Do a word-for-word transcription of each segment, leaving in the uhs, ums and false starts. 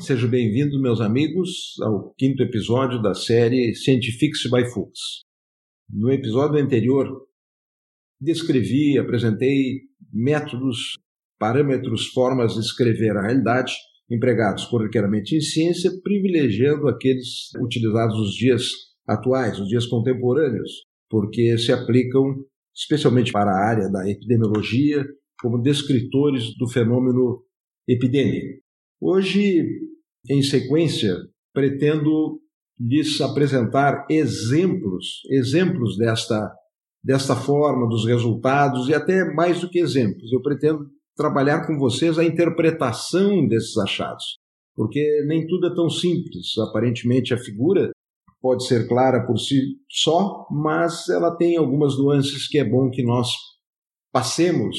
Sejam bem-vindos, meus amigos, ao quinto episódio da série Scientifics by Fuchs. No episódio anterior, descrevi, apresentei métodos, parâmetros, formas de escrever a realidade empregados corriqueiramente em ciência, privilegiando aqueles utilizados nos dias atuais, nos dias contemporâneos, porque se aplicam especialmente para a área da epidemiologia como descritores do fenômeno epidêmico. Hoje, em sequência, pretendo lhes apresentar exemplos, exemplos desta, desta forma, dos resultados, e até mais do que exemplos. Eu pretendo trabalhar com vocês a interpretação desses achados, porque nem tudo é tão simples. Aparentemente, a figura pode ser clara por si só, mas ela tem algumas nuances que é bom que nós passemos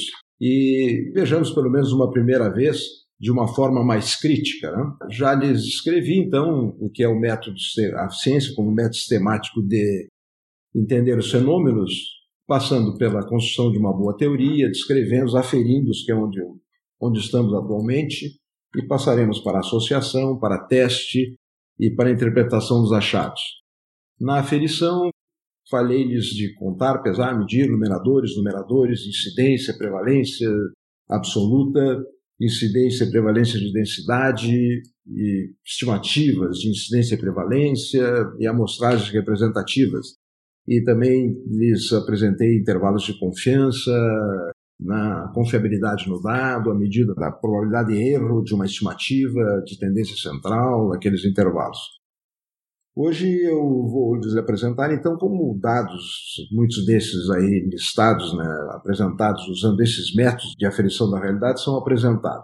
e vejamos pelo menos uma primeira vez de uma forma mais crítica. Né? Já lhes escrevi, então, o que é o método, a ciência como método sistemático de entender os fenômenos, passando pela construção de uma boa teoria, descrevendo, aferindo, que é onde, onde estamos atualmente, e passaremos para a associação, para teste e para a interpretação dos achados. Na aferição, falei-lhes de contar, pesar, medir, numeradores, numeradores, incidência, prevalência absoluta, incidência e prevalência de densidade e estimativas de incidência e prevalência e amostragens representativas. E também lhes apresentei intervalos de confiança, na confiabilidade no dado, a medida da probabilidade de erro de uma estimativa de tendência central, aqueles intervalos. Hoje eu vou lhes apresentar, então, como dados, muitos desses aí listados, né, apresentados usando esses métodos de aferição da realidade, são apresentados.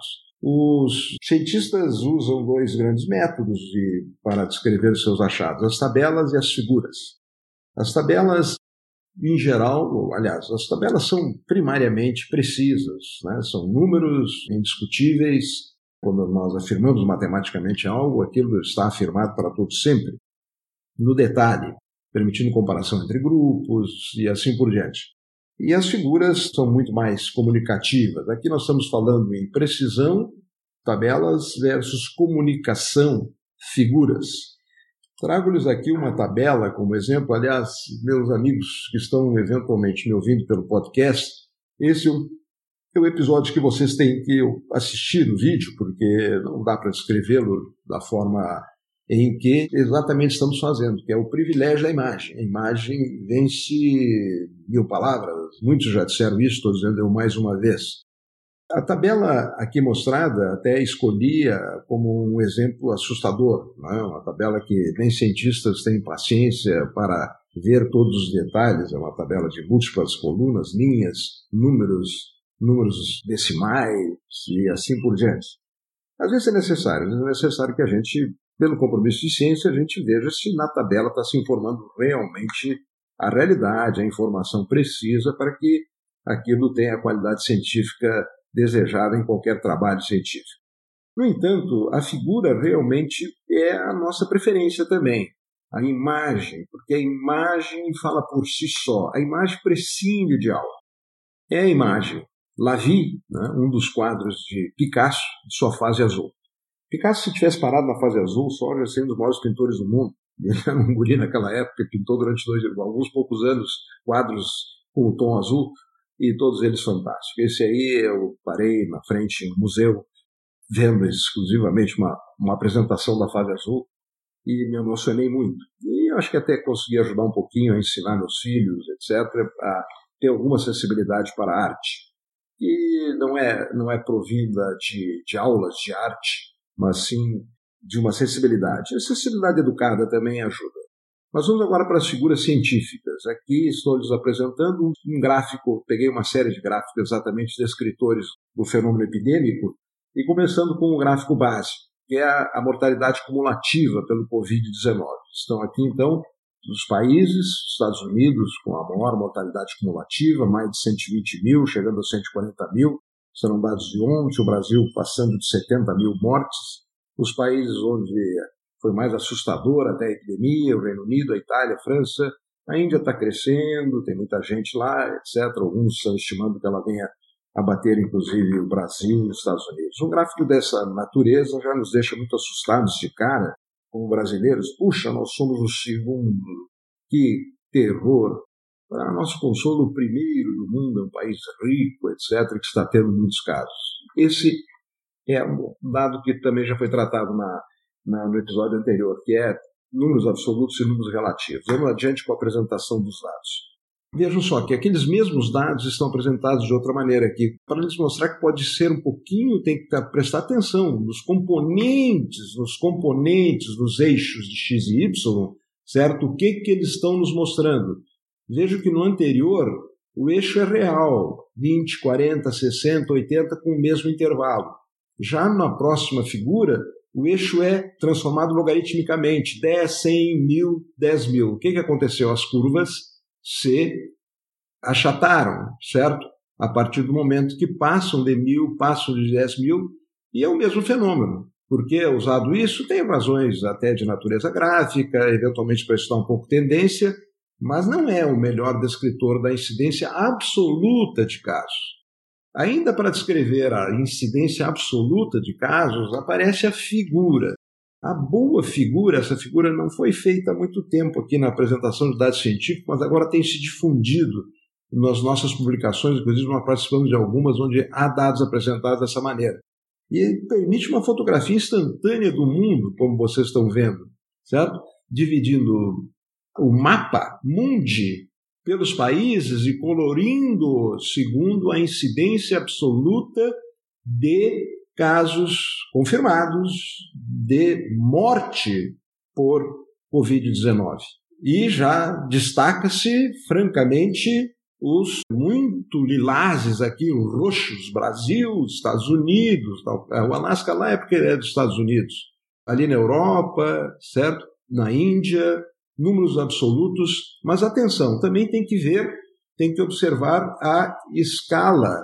Os cientistas usam dois grandes métodos de, para descrever os seus achados, as tabelas e as figuras. As tabelas, em geral, aliás, as tabelas são primariamente precisas, né, são números indiscutíveis. Quando nós afirmamos matematicamente algo, aquilo está afirmado para todo sempre, no detalhe, permitindo comparação entre grupos e assim por diante. E as figuras são muito mais comunicativas. Aqui nós estamos falando em precisão, tabelas, versus comunicação, figuras. Trago-lhes aqui uma tabela como exemplo. Aliás, meus amigos que estão eventualmente me ouvindo pelo podcast, esse é o episódio que vocês têm que assistir no vídeo, porque não dá para descrevê-lo da forma em que exatamente estamos fazendo, que é o privilégio da imagem. A imagem vence mil palavras, muitos já disseram isso, estou dizendo eu mais uma vez. A tabela aqui mostrada até escolhia como um exemplo assustador, não é? Uma tabela que nem cientistas têm paciência para ver todos os detalhes, é uma tabela de múltiplas colunas, linhas, números, números decimais e assim por diante. Às vezes é necessário, às vezes é necessário que a gente, pelo compromisso de ciência, a gente veja se na tabela está se informando realmente a realidade, a informação precisa para que aquilo tenha a qualidade científica desejada em qualquer trabalho científico. No entanto, a figura realmente é a nossa preferência também. A imagem, porque a imagem fala por si só. A imagem prescinde de algo. É a imagem. La Vie, né, um dos quadros de Picasso, de sua fase azul. Picasso, se tivesse parado na fase azul, só já seria um dos maiores pintores do mundo. Ele era um guri naquela época, pintou durante dois, alguns poucos anos quadros com o tom azul, e todos eles fantásticos. Esse aí eu parei na frente em um museu, vendo exclusivamente uma, uma apresentação da fase azul, e me emocionei muito. E acho que até consegui ajudar um pouquinho a ensinar meus filhos, etcétera, a ter alguma sensibilidade para a arte. E não é, não é provida de, de aulas de arte, mas sim de uma sensibilidade. A sensibilidade educada também ajuda. Mas vamos agora para as figuras científicas. Aqui estou lhes apresentando um gráfico, peguei uma série de gráficos exatamente descritores do fenômeno epidêmico, e começando com o gráfico básico, que é a, a mortalidade cumulativa pelo covid dezenove. Estão aqui, então, os países, Estados Unidos, com a maior mortalidade cumulativa, mais de cento e vinte mil, chegando a cento e quarenta mil, serão dados de ontem, o Brasil passando de setenta mil mortes. Os países onde foi mais assustador até a epidemia, o Reino Unido, a Itália, a França, a Índia está crescendo, tem muita gente lá, etcétera. Alguns estão estimando que ela venha abater inclusive o Brasil e os Estados Unidos. Um gráfico dessa natureza já nos deixa muito assustados de cara, como brasileiros. Puxa, nós somos o segundo, que terror. Para nosso consolo, o primeiro do mundo, é um país rico, etcétera, que está tendo muitos casos. Esse é um dado que também já foi tratado na, na, no episódio anterior, que é números absolutos e números relativos. Vamos adiante com a apresentação dos dados. Vejam só que aqueles mesmos dados estão apresentados de outra maneira aqui, para lhes mostrar que pode ser um pouquinho, tem que prestar atenção nos componentes, nos componentes dos eixos de x e y, certo? O que, que eles estão nos mostrando? Vejo que no anterior o eixo é real, vinte, quarenta, sessenta, oitenta, com o mesmo intervalo. Já na próxima figura, o eixo é transformado logaritmicamente, dez, cem, mil, dez mil. O que, que aconteceu? As curvas se achataram, certo? A partir do momento que passam de mil, passam de dez mil, e é o mesmo fenômeno. Por que é usado isso? Tem razões até de natureza gráfica, eventualmente para estudar um pouco tendência, mas não é o melhor descritor da incidência absoluta de casos. Ainda para descrever a incidência absoluta de casos, aparece a figura. A boa figura, essa figura não foi feita há muito tempo aqui na apresentação de dados científicos, mas agora tem se difundido nas nossas publicações, inclusive nós participamos de algumas onde há dados apresentados dessa maneira. E permite uma fotografia instantânea do mundo, como vocês estão vendo, certo? Dividindo o mapa mundi pelos países e colorindo segundo a incidência absoluta de casos confirmados de morte por covid dezenove. E já destaca-se, francamente, os muito lilazes aqui, os roxos, Brasil, Estados Unidos, tal. O Alasca lá é porque é dos Estados Unidos. Ali na Europa, certo? Na Índia, números absolutos, mas atenção, também tem que ver, tem que observar a escala,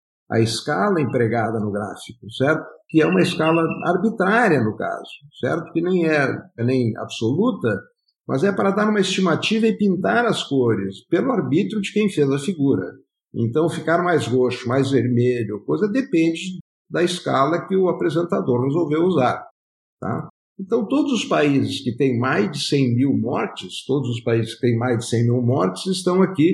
a escala empregada no gráfico, certo? Que é uma escala arbitrária no caso, certo? Que nem é, é nem absoluta, mas é para dar uma estimativa e pintar as cores pelo arbítrio de quem fez a figura. Então, ficar mais roxo, mais vermelho, coisa depende da escala que o apresentador resolveu usar, tá? Então, todos os países que têm mais de cem mil mortes, todos os países que têm mais de cem mil mortes estão aqui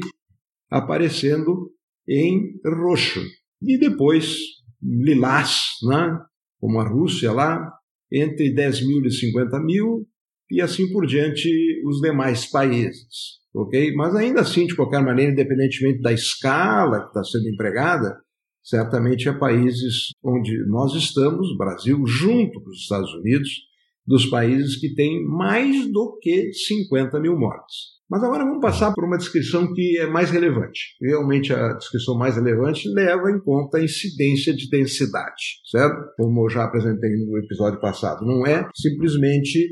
aparecendo em roxo. E depois, lilás, né? Como a Rússia lá, entre dez mil e cinquenta mil, e assim por diante os demais países. Okay? Mas ainda assim, de qualquer maneira, independentemente da escala que está sendo empregada, certamente há países onde nós estamos, Brasil, junto com os Estados Unidos, dos países que têm mais do que cinquenta mil mortes. Mas agora vamos passar por uma descrição que é mais relevante. Realmente a descrição mais relevante leva em conta a incidência de densidade, certo? Como eu já apresentei no episódio passado. Não é simplesmente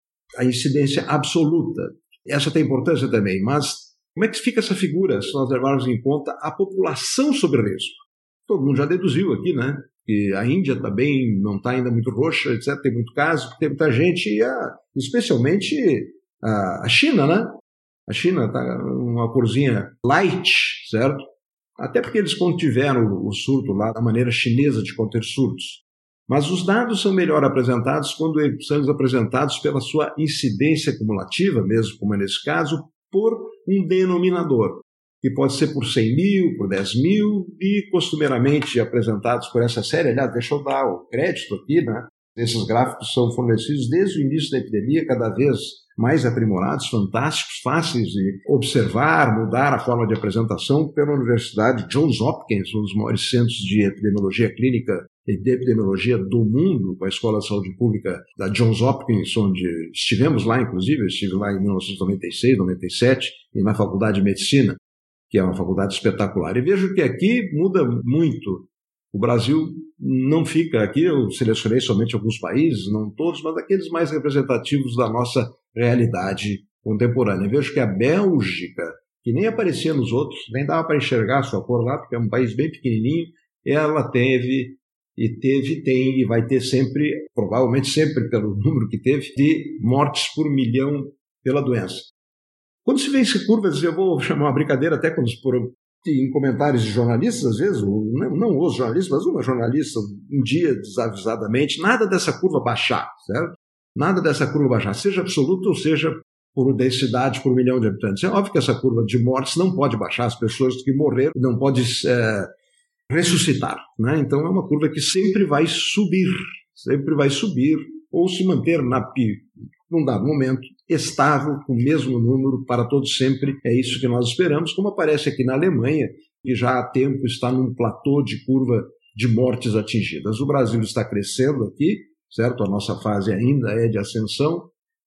a incidência absoluta. Essa tem importância também, mas como é que fica essa figura se nós levarmos em conta a população sob risco? Todo mundo já deduziu aqui, né? Que a Índia também não está ainda muito roxa, etcétera. Tem muito caso, tem muita gente, e a, especialmente a, a China, né? A China está uma corzinha light, certo? Até porque eles contiveram o surto lá da maneira chinesa de conter surtos. Mas os dados são melhor apresentados quando eles são apresentados pela sua incidência cumulativa, mesmo como é nesse caso, por um denominador, que pode ser por cem mil, por dez mil, e costumeiramente apresentados por essa série. Aliás, deixa eu dar o crédito aqui, né? Esses gráficos são fornecidos desde o início da epidemia, cada vez mais aprimorados, fantásticos, fáceis de observar, mudar a forma de apresentação pela Universidade Johns Hopkins, um dos maiores centros de epidemiologia clínica e de epidemiologia do mundo, com a Escola de Saúde Pública da Johns Hopkins, onde estivemos lá, inclusive, eu estive lá em mil novecentos e noventa e seis, noventa e sete, e na Faculdade de Medicina, que é uma faculdade espetacular. E vejo que aqui muda muito. O Brasil não fica aqui, eu selecionei somente alguns países, não todos, mas aqueles mais representativos da nossa realidade contemporânea. Eu vejo que a Bélgica, que nem aparecia nos outros, nem dava para enxergar a sua cor lá, porque é um país bem pequenininho, ela teve, e teve, tem, e vai ter sempre, provavelmente sempre pelo número que teve, de mortes por milhão pela doença. Quando se vê em curvas, eu vou chamar uma brincadeira até quando por em comentários de jornalistas, às vezes, não, não os jornalistas, mas uma jornalista, um dia desavisadamente, nada dessa curva baixar, certo? Nada dessa curva baixar, seja absoluta ou seja por densidade por milhão de habitantes. É óbvio que essa curva de mortes não pode baixar, as pessoas que morreram não podem é, ressuscitar, né? Então é uma curva que sempre vai subir, sempre vai subir ou se manter na, num dado momento estável, com o mesmo número para todos sempre. É isso que nós esperamos, como aparece aqui na Alemanha, que já há tempo está num platô de curva de mortes atingidas. O Brasil está crescendo aqui, certo? A nossa fase ainda é de ascensão,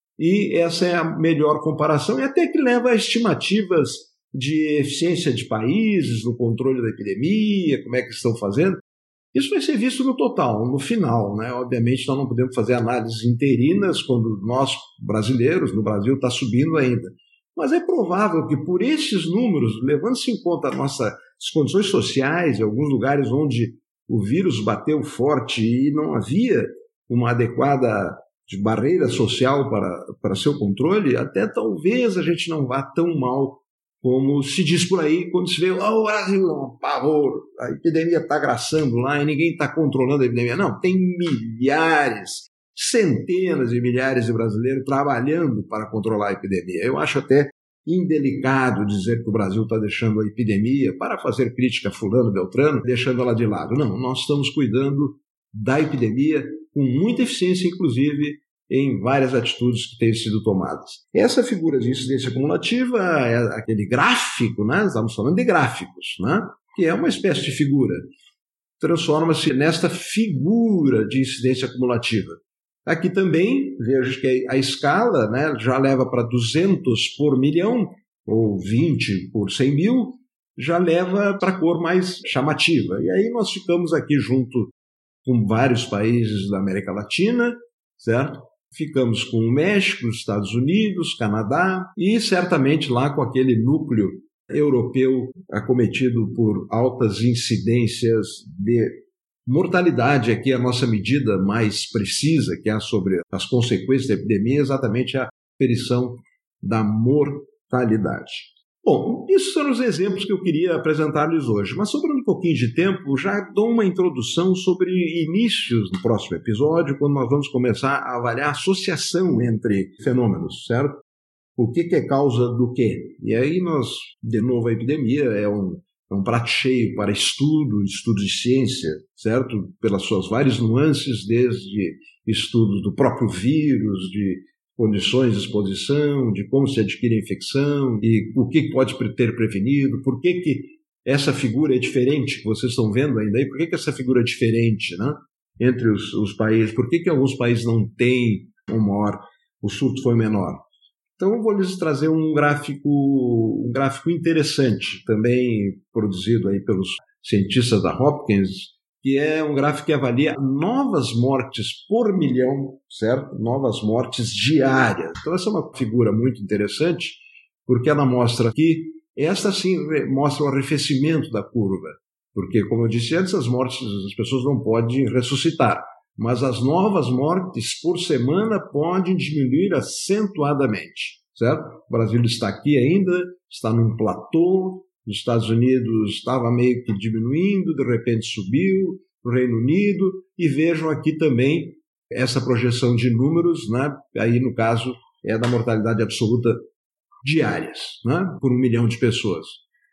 e essa é a melhor comparação, e até que leva a estimativas de eficiência de países no controle da epidemia, como é que estão fazendo. Isso vai ser visto no total, no final, né? Obviamente nós não podemos fazer análises interinas quando nós, brasileiros, no Brasil está subindo ainda. Mas é provável que por esses números, levando-se em conta as nossas condições sociais, em alguns lugares onde o vírus bateu forte e não havia uma adequada barreira social para, para seu controle, até talvez a gente não vá tão mal como se diz por aí, quando se vê, oh, o Brasil, um pavor, a epidemia está graçando lá e ninguém está controlando a epidemia. Não, tem milhares, centenas de milhares de brasileiros trabalhando para controlar a epidemia. Eu acho até indelicado dizer que o Brasil está deixando a epidemia para fazer crítica a fulano, beltrano, deixando ela de lado. Não, nós estamos cuidando da epidemia com muita eficiência, inclusive, em várias atitudes que têm sido tomadas. Essa figura de incidência cumulativa é aquele gráfico, né? Estamos falando de gráficos, né? Que é uma espécie de figura. Transforma-se nesta figura de incidência cumulativa. Aqui também, vejo que a escala, né, já leva para duzentos por milhão, ou vinte por cem mil, já leva para a cor mais chamativa. E aí nós ficamos aqui junto com vários países da América Latina, certo? Ficamos com o México, os Estados Unidos, Canadá e certamente lá com aquele núcleo europeu acometido por altas incidências de mortalidade. Aqui a nossa medida mais precisa, que é sobre as consequências da epidemia, é exatamente a aferição da mortalidade. Bom, esses são os exemplos que eu queria apresentar-lhes hoje, mas sobrando um pouquinho de tempo, já dou uma introdução sobre inícios do próximo episódio, quando nós vamos começar a avaliar a associação entre fenômenos, certo? O que, que é causa do quê? E aí nós, de novo, a epidemia é um, é um prato cheio para estudo, estudos de ciência, certo? Pelas suas várias nuances, desde estudos do próprio vírus, de condições de exposição, de como se adquire a infecção e o que pode ter prevenido, por que, que essa figura é diferente, que vocês estão vendo ainda aí, por que, que essa figura é diferente, né, entre os, os países, por que, que alguns países não têm um maior, o surto foi menor. Então eu vou lhes trazer um gráfico, um gráfico interessante, também produzido aí pelos cientistas da Hopkins, que é um gráfico que avalia novas mortes por milhão, certo? Novas mortes diárias. Então essa é uma figura muito interessante, porque ela mostra que, esta sim mostra o arrefecimento da curva, porque, como eu disse antes, as mortes, as pessoas não podem ressuscitar, mas as novas mortes por semana podem diminuir acentuadamente, certo? O Brasil está aqui ainda, está num platô. Os Estados Unidos estava meio que diminuindo, de repente subiu, o Reino Unido, e vejam aqui também essa projeção de números, né? Aí no caso é da mortalidade absoluta diárias, né? Por um milhão de pessoas.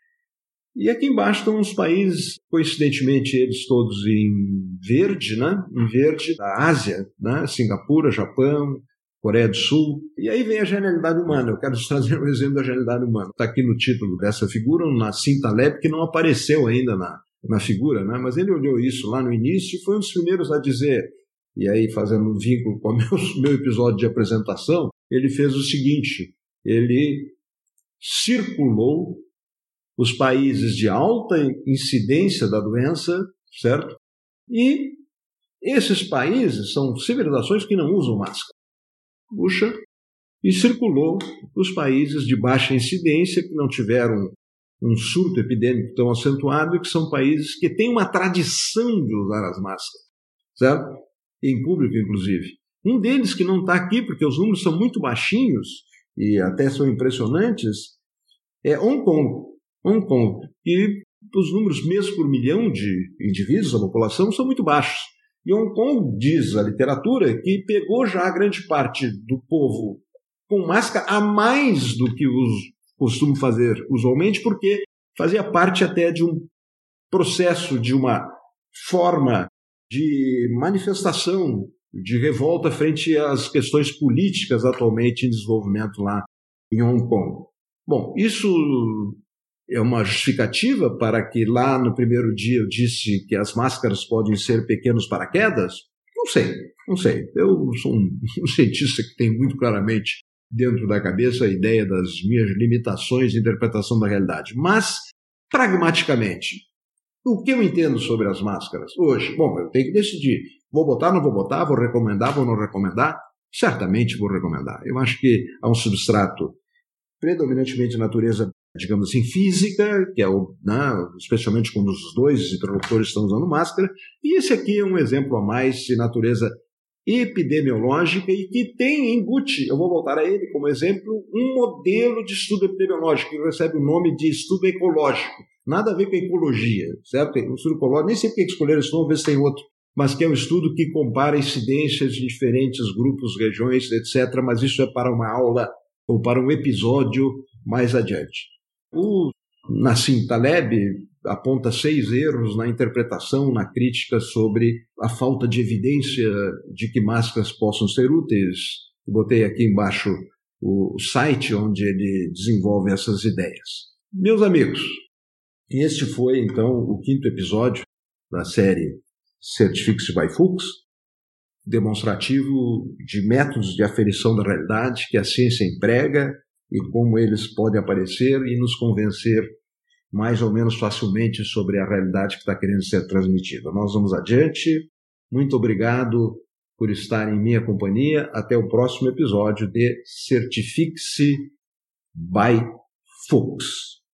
E aqui embaixo estão os países, coincidentemente eles todos em verde, né? Em verde da Ásia, né? Singapura, Japão, Coreia do Sul. E aí vem a genialidade humana. Eu quero trazer um exemplo da genialidade humana. Está aqui no título dessa figura, um Nassim Taleb, que não apareceu ainda na, na figura, né? Mas ele olhou isso lá no início e foi um dos primeiros a dizer, e aí fazendo um vínculo com o meu, meu episódio de apresentação, ele fez o seguinte, ele circulou os países de alta incidência da doença, certo? E esses países são civilizações que não usam máscara. Puxa, e circulou os países de baixa incidência, que não tiveram um surto epidêmico tão acentuado, e que são países que têm uma tradição de usar as máscaras, certo? Em público, inclusive. Um deles que não está aqui, porque os números são muito baixinhos, e até são impressionantes, é Hong Kong. Hong Kong. E os números, mesmo por milhão de indivíduos da população, são muito baixos. E Hong Kong, diz a literatura, que pegou já a grande parte do povo com máscara a mais do que os costumam fazer usualmente, porque fazia parte até de um processo, de uma forma de manifestação, de revolta frente às questões políticas atualmente em desenvolvimento lá em Hong Kong. Bom, isso é uma justificativa para que lá no primeiro dia eu disse que as máscaras podem ser pequenos paraquedas? Não sei, não sei. Eu sou um, um cientista que tem muito claramente dentro da cabeça a ideia das minhas limitações de interpretação da realidade. Mas, pragmaticamente, o que eu entendo sobre as máscaras hoje? Bom, eu tenho que decidir. Vou botar, não vou botar? Vou recomendar, vou não recomendar? Certamente vou recomendar. Eu acho que há um substrato predominantemente de natureza, digamos assim, física, que é o, né, especialmente quando os dois interlocutores estão usando máscara, e esse aqui é um exemplo a mais de natureza epidemiológica e que tem, embute, eu vou voltar a ele como exemplo, um modelo de estudo epidemiológico que recebe o nome de estudo ecológico. Nada a ver com a ecologia, certo? O estudo ecológico, nem sei porque escolheram esse nome, vamos ver se tem outro, mas que é um estudo que compara incidências de diferentes grupos, regiões, etcétera, mas isso é para uma aula ou para um episódio mais adiante. O Nassim Taleb aponta seis erros na interpretação, na crítica sobre a falta de evidência de que máscaras possam ser úteis. Botei aqui embaixo o site onde ele desenvolve essas ideias. Meus amigos, este foi então o quinto episódio da série Certifique-se by Fuchs, demonstrativo de métodos de aferição da realidade que a ciência emprega e como eles podem aparecer e nos convencer mais ou menos facilmente sobre a realidade que está querendo ser transmitida. Nós vamos adiante. Muito obrigado por estar em minha companhia. Até o próximo episódio de Certifique-se by Fuchs.